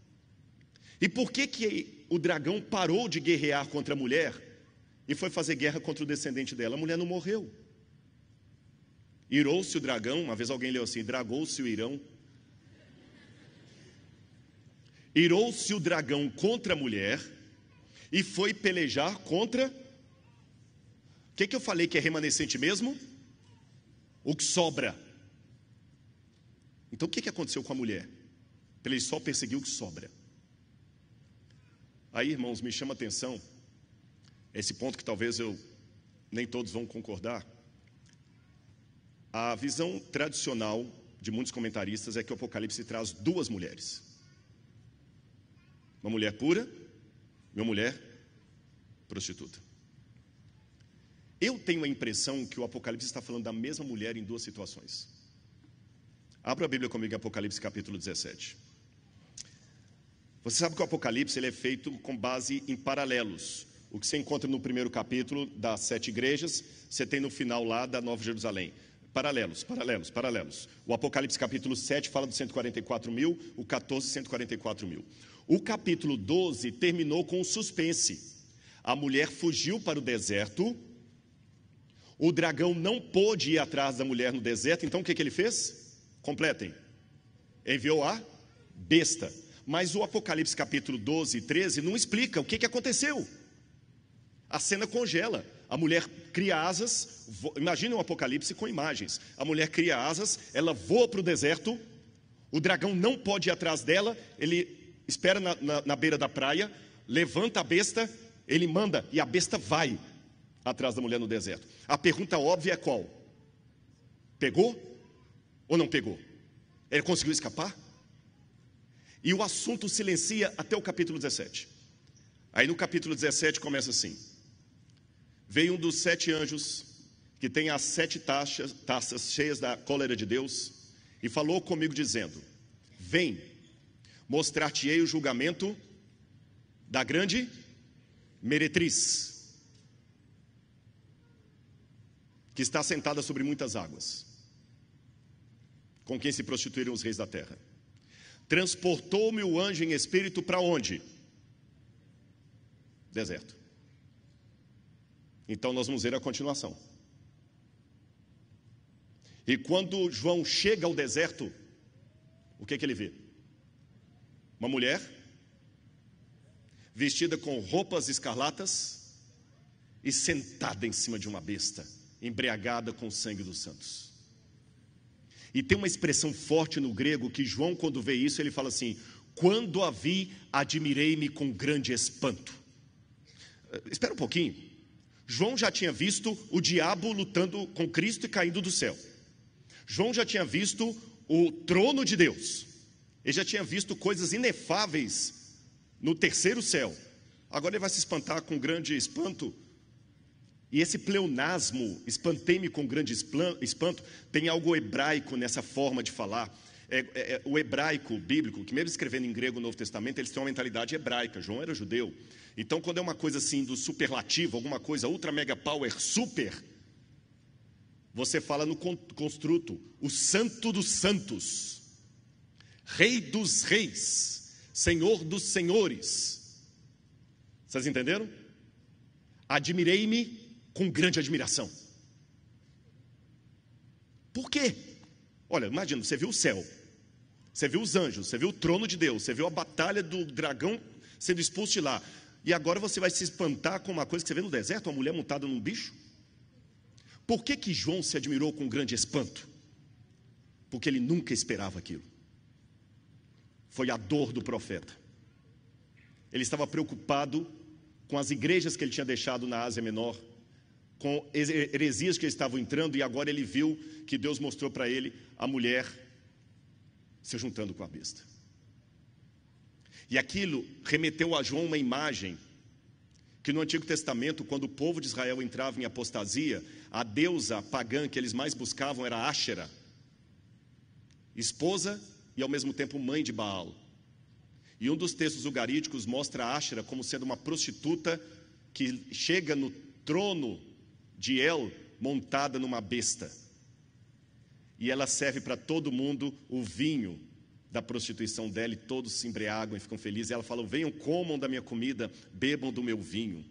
E por que o dragão parou de guerrear contra a mulher e foi fazer guerra contra o descendente dela? A mulher não morreu. Irou-se o dragão, uma vez alguém leu assim, dragou-se o irão. Irou-se o dragão contra a mulher e foi pelejar contra... O que eu falei que é remanescente mesmo? O que sobra. Então o que aconteceu com a mulher? Ele só perseguiu o que sobra. Aí, irmãos, me chama a atenção esse ponto que talvez nem todos vão concordar. A visão tradicional de muitos comentaristas é que o Apocalipse traz duas mulheres. Uma mulher pura e uma mulher prostituta. Eu tenho a impressão que o Apocalipse está falando da mesma mulher em duas situações. Abra a Bíblia comigo em Apocalipse capítulo 17. Você sabe que o Apocalipse ele é feito com base em paralelos. O que você encontra no primeiro capítulo das 7 igrejas, você tem no final lá da Nova Jerusalém. Paralelos. O Apocalipse capítulo 7 fala dos 144 mil, o 14, 144 mil. O capítulo 12 terminou com um suspense. A mulher fugiu para o deserto, o dragão não pôde ir atrás da mulher no deserto, então o que ele fez? Completem. Enviou a besta. Mas o Apocalipse capítulo 12 e 13 não explica o que aconteceu. A cena congela. A mulher cria asas. Imagina um Apocalipse com imagens. A mulher cria asas, ela voa para o deserto. O dragão não pode ir atrás dela. Ele espera na beira da praia, levanta a besta, ele manda e a besta vai atrás da mulher no deserto. A pergunta óbvia é qual? Pegou ou não pegou? Ele conseguiu escapar? E o assunto silencia até o capítulo 17. Aí no capítulo 17 começa assim: veio um dos 7 anjos, que tem as 7 taças cheias da cólera de Deus, e falou comigo dizendo: vem, mostrar-te-ei o julgamento da grande meretriz, que está sentada sobre muitas águas, com quem se prostituíram os reis da terra. Transportou-me o anjo em espírito para onde? Deserto. Então nós vamos ver a continuação. E quando João chega ao deserto, o que ele vê? Uma mulher vestida com roupas escarlatas e sentada em cima de uma besta, embriagada com o sangue dos santos. E tem uma expressão forte no grego que João, quando vê isso, ele fala assim: quando a vi, admirei-me com grande espanto. Espera um pouquinho. João já tinha visto o diabo lutando com Cristo e caindo do céu. João já tinha visto o trono de Deus. Ele já tinha visto coisas inefáveis no terceiro céu. Agora ele vai se espantar com grande espanto. E esse pleonasmo, espantei-me com grande espanto, tem algo hebraico nessa forma de falar. O hebraico bíblico, que mesmo escrevendo em grego o Novo Testamento, eles têm uma mentalidade hebraica. João era judeu. Então, quando é uma coisa assim do superlativo, alguma coisa ultra mega power, super, você fala no construto, o santo dos santos, rei dos reis, senhor dos senhores. Vocês entenderam? Admirei-me com grande admiração. Por quê? Olha, imagina, você viu o céu, você viu os anjos, você viu o trono de Deus, você viu a batalha do dragão sendo expulso de lá, e agora você vai se espantar com uma coisa que você vê no deserto, uma mulher montada num bicho? Por que João se admirou com grande espanto? Porque ele nunca esperava aquilo. Foi a dor do profeta. Ele estava preocupado com as igrejas que ele tinha deixado na Ásia Menor, com heresias que estavam entrando, e agora ele viu que Deus mostrou para ele a mulher se juntando com a besta. E aquilo remeteu a João uma imagem que no Antigo Testamento, quando o povo de Israel entrava em apostasia, a deusa pagã que eles mais buscavam era Áxera, esposa e ao mesmo tempo mãe de Baal. E um dos textos ugaríticos mostra a Áxera como sendo uma prostituta que chega no trono de El montada numa besta. E ela serve para todo mundo o vinho da prostituição dela, e todos se embriagam e ficam felizes. E ela fala: venham, comam da minha comida, bebam do meu vinho.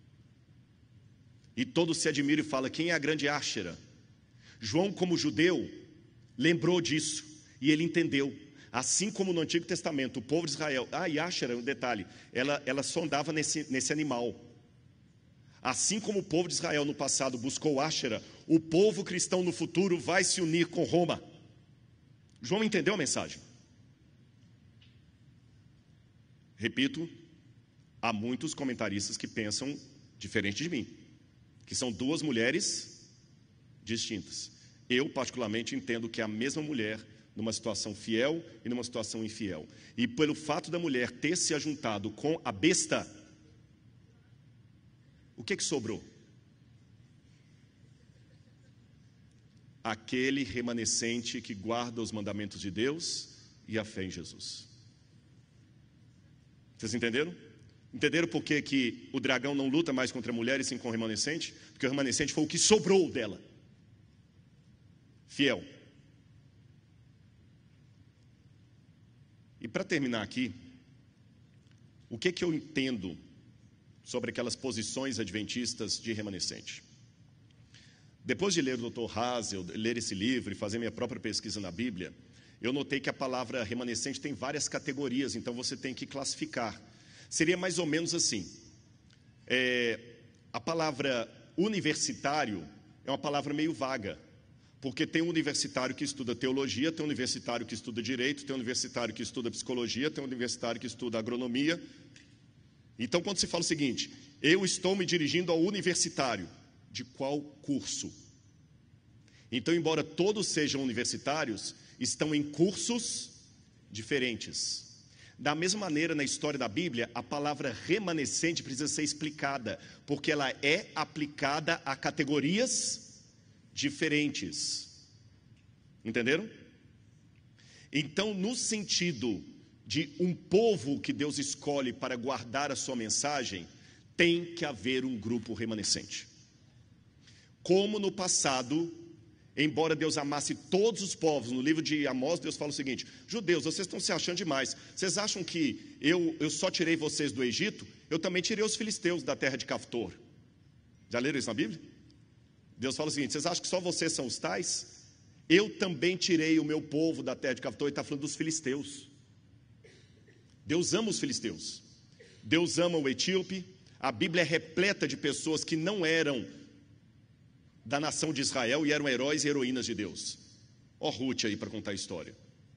E todos se admiram e falam: quem é a grande Áshera? João, como judeu, lembrou disso, e ele entendeu. Assim como no Antigo Testamento, o povo de Israel... e Áshera, um detalhe, ela só andava nesse animal. Assim como o povo de Israel no passado buscou Áshera, o povo cristão no futuro vai se unir com Roma. João entendeu a mensagem. Repito, há muitos comentaristas que pensam diferente de mim, que são duas mulheres distintas. Eu, particularmente, entendo que é a mesma mulher numa situação fiel e numa situação infiel. E pelo fato da mulher ter se ajuntado com a besta, o que sobrou? Aquele remanescente que guarda os mandamentos de Deus e a fé em Jesus. Vocês entenderam? Entenderam por que o dragão não luta mais contra a mulher e sim com o remanescente? Porque o remanescente foi o que sobrou dela. Fiel. E para terminar aqui, o que eu entendo sobre aquelas posições adventistas de remanescente? Depois de ler o Dr. Hazel, ler esse livro e fazer minha própria pesquisa na Bíblia, eu notei que a palavra remanescente tem várias categorias, então você tem que classificar. Seria mais ou menos assim: a palavra universitário é uma palavra meio vaga, porque tem um universitário que estuda teologia, tem um universitário que estuda direito, tem um universitário que estuda psicologia, tem um universitário que estuda agronomia. Então, quando se fala o seguinte: eu estou me dirigindo ao universitário, de qual curso? Então, embora todos sejam universitários, estão em cursos diferentes. Da mesma maneira, na história da Bíblia, a palavra remanescente precisa ser explicada, porque ela é aplicada a categorias diferentes. Entenderam? Então, no sentido de um povo que Deus escolhe para guardar a sua mensagem, tem que haver um grupo remanescente. Como no passado, embora Deus amasse todos os povos, no livro de Amós, Deus fala o seguinte: judeus, vocês estão se achando demais. Vocês acham que eu só tirei vocês do Egito? Eu também tirei os filisteus da terra de Caftor. Já leram isso na Bíblia? Deus fala o seguinte: vocês acham que só vocês são os tais? Eu também tirei o meu povo da terra de Caftor. E está falando dos filisteus. Deus ama os filisteus. Deus ama o etíope. A Bíblia é repleta de pessoas que não eram da nação de Israel e eram heróis e heroínas de Deus. Ó Ruth aí para contar a história.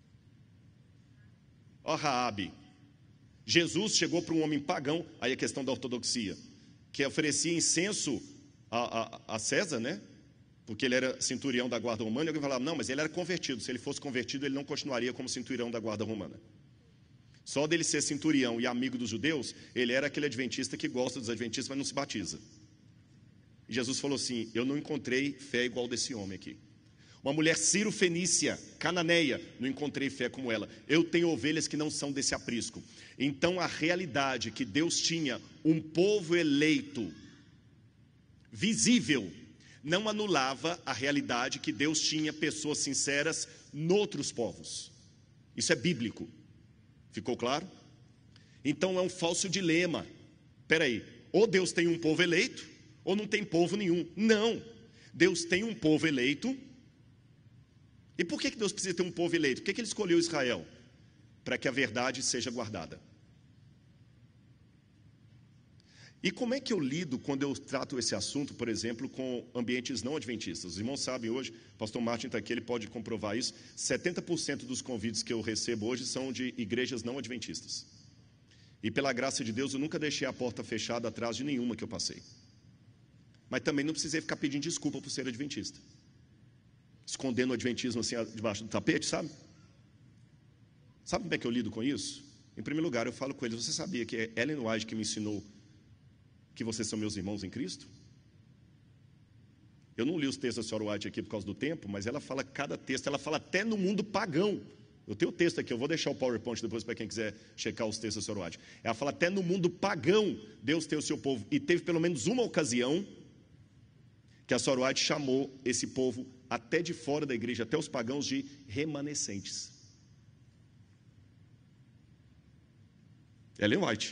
Ó Raabe. Jesus chegou para um homem pagão, aí a questão da ortodoxia, que oferecia incenso a César, né? Porque ele era centurião da guarda romana. E alguém falava: não, mas ele era convertido. Se ele fosse convertido, ele não continuaria como centurião da guarda romana. Só dele ser centurião e amigo dos judeus, ele era aquele adventista que gosta dos adventistas, mas não se batiza. E Jesus falou assim: eu não encontrei fé igual desse homem aqui. Uma mulher Ciro-fenícia, cananeia, não encontrei fé como ela. Eu tenho ovelhas que não são desse aprisco. Então a realidade que Deus tinha um povo eleito, visível, não anulava a realidade que Deus tinha pessoas sinceras noutros povos. Isso é bíblico. Ficou claro? Então é um falso dilema. Espera aí, ou Deus tem um povo eleito, ou não tem povo nenhum. Não, Deus tem um povo eleito. E por que Deus precisa ter um povo eleito? Por que Ele escolheu Israel? Para que a verdade seja guardada. E como é que eu lido quando eu trato esse assunto, por exemplo, com ambientes não adventistas? Os irmãos sabem hoje, o pastor Martin está aqui, ele pode comprovar isso, 70% dos convites que eu recebo hoje são de igrejas não adventistas. E pela graça de Deus, eu nunca deixei a porta fechada atrás de nenhuma que eu passei. Mas também não precisei ficar pedindo desculpa por ser adventista. Escondendo o adventismo assim debaixo do tapete, sabe? Sabe como é que eu lido com isso? Em primeiro lugar, eu falo com eles: você sabia que é Ellen White que me ensinou que vocês são meus irmãos em Cristo? Eu não li os textos da senhora White aqui por causa do tempo, mas ela fala cada texto, ela fala até no mundo pagão. Eu tenho o texto aqui, eu vou deixar o PowerPoint depois para quem quiser checar os textos da senhora White. Ela fala até no mundo pagão, Deus tem o seu povo. E teve pelo menos uma ocasião que a senhora White chamou esse povo até de fora da igreja, até os pagãos, de remanescentes. Ellen White.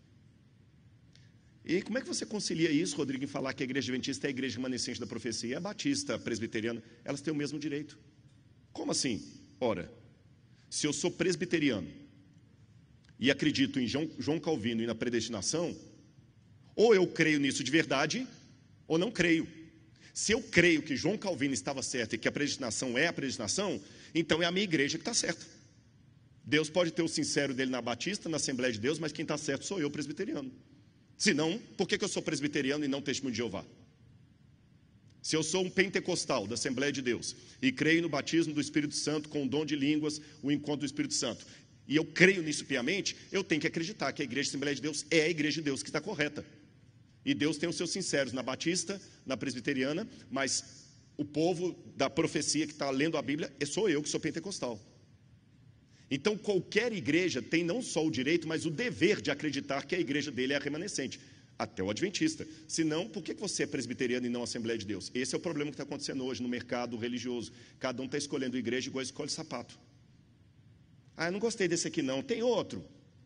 E como é que você concilia isso, Rodrigo, em falar que a igreja adventista é a igreja remanescente da profecia? É a batista, a presbiteriana, elas têm o mesmo direito. Como assim? Ora, se eu sou presbiteriano e acredito em João Calvino e na predestinação, ou eu creio nisso de verdade, ou não creio. Se eu creio que João Calvino estava certo e que a predestinação é a predestinação, então é a minha igreja que está certa. Deus pode ter o sincero dele na Batista, na Assembleia de Deus, mas quem está certo sou eu, presbiteriano. Se não, por que eu sou presbiteriano e não testemunho de Jeová? Se eu sou um pentecostal da Assembleia de Deus e creio no batismo do Espírito Santo com o dom de línguas, o encontro do Espírito Santo, e eu creio nisso piamente, eu tenho que acreditar que a igreja da Assembleia de Deus é a igreja de Deus que está correta. E Deus tem os seus sinceros na batista, na presbiteriana, mas o povo da profecia que está lendo a Bíblia, sou eu que sou pentecostal. Então qualquer igreja tem não só o direito, mas o dever de acreditar que a igreja dele é a remanescente, até o adventista. Senão, por que você é presbiteriano e não Assembleia de Deus? Esse é o problema que está acontecendo hoje no mercado religioso. Cada um está escolhendo igreja igual escolhe sapato. Ah, eu não gostei desse aqui não, tem outro.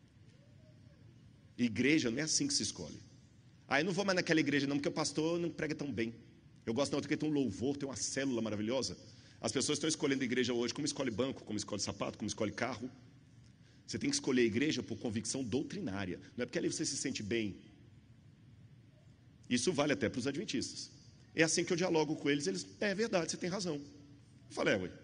Igreja não é assim que se escolhe. Ah, eu não vou mais naquela igreja não, porque o pastor não prega tão bem. Eu gosto da outra que tem um louvor, tem uma célula maravilhosa. As pessoas estão escolhendo igreja hoje como escolhe banco, como escolhe sapato, como escolhe carro. Você tem que escolher a igreja por convicção doutrinária. Não é porque ali você se sente bem. Isso vale até para os adventistas. É assim que eu dialogo com eles, é verdade, você tem razão. Eu falei, ué.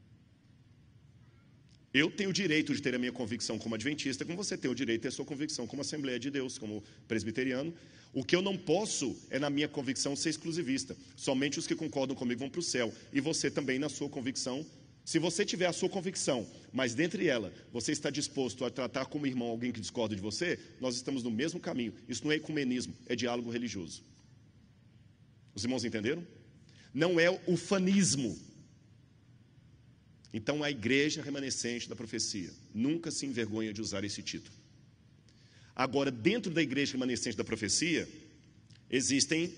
Eu tenho o direito de ter a minha convicção como adventista, como você tem o direito de ter a sua convicção como Assembleia de Deus, como presbiteriano. O que eu não posso é, na minha convicção, ser exclusivista. Somente os que concordam comigo vão para o céu. E você também, na sua convicção. Se você tiver a sua convicção, mas dentre ela, você está disposto a tratar como irmão alguém que discorda de você, nós estamos no mesmo caminho. Isso não é ecumenismo, é diálogo religioso. Os irmãos entenderam? Não é ufanismo. Então, a igreja remanescente da profecia nunca se envergonha de usar esse título. Agora, dentro da igreja remanescente da profecia, existem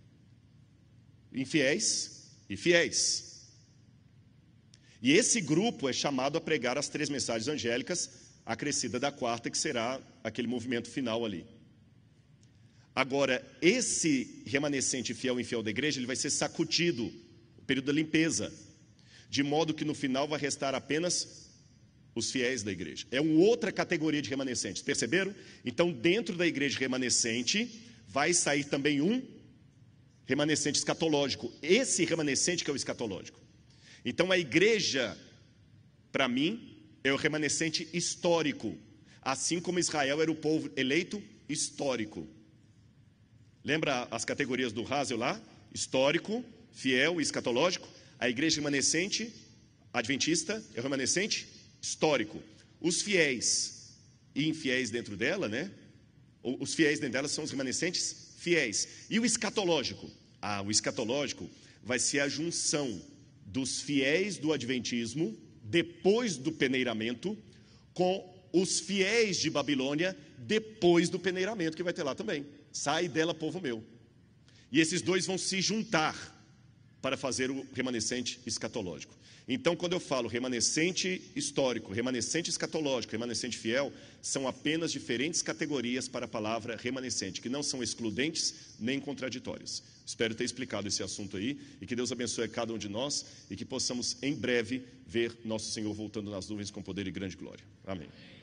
infiéis e fiéis. E esse grupo é chamado a pregar as 3 mensagens angélicas, acrescida da 4ª, que será aquele movimento final ali. Agora, esse remanescente fiel e infiel da igreja, ele vai ser sacudido, o período da limpeza, de modo que no final vai restar apenas os fiéis da igreja. É uma outra categoria de remanescentes, perceberam? Então, dentro da igreja remanescente, vai sair também um remanescente escatológico. Esse remanescente que é o escatológico. Então, a igreja, para mim, é o remanescente histórico, assim como Israel era o povo eleito histórico. Lembra as categorias do Hazel lá? Histórico, fiel e escatológico. A igreja remanescente, adventista, é o remanescente histórico. Os fiéis e infiéis dentro dela, né? Os fiéis dentro dela são os remanescentes fiéis. E o escatológico? O escatológico vai ser a junção dos fiéis do adventismo, depois do peneiramento, com os fiéis de Babilônia, depois do peneiramento, que vai ter lá também. Sai dela, povo meu. E esses dois vão se juntar para fazer o remanescente escatológico. Então, quando eu falo remanescente histórico, remanescente escatológico, remanescente fiel, são apenas diferentes categorias para a palavra remanescente, que não são excludentes nem contraditórias. Espero ter explicado esse assunto aí, e que Deus abençoe a cada um de nós, e que possamos em breve ver nosso Senhor voltando nas nuvens com poder e grande glória. Amém.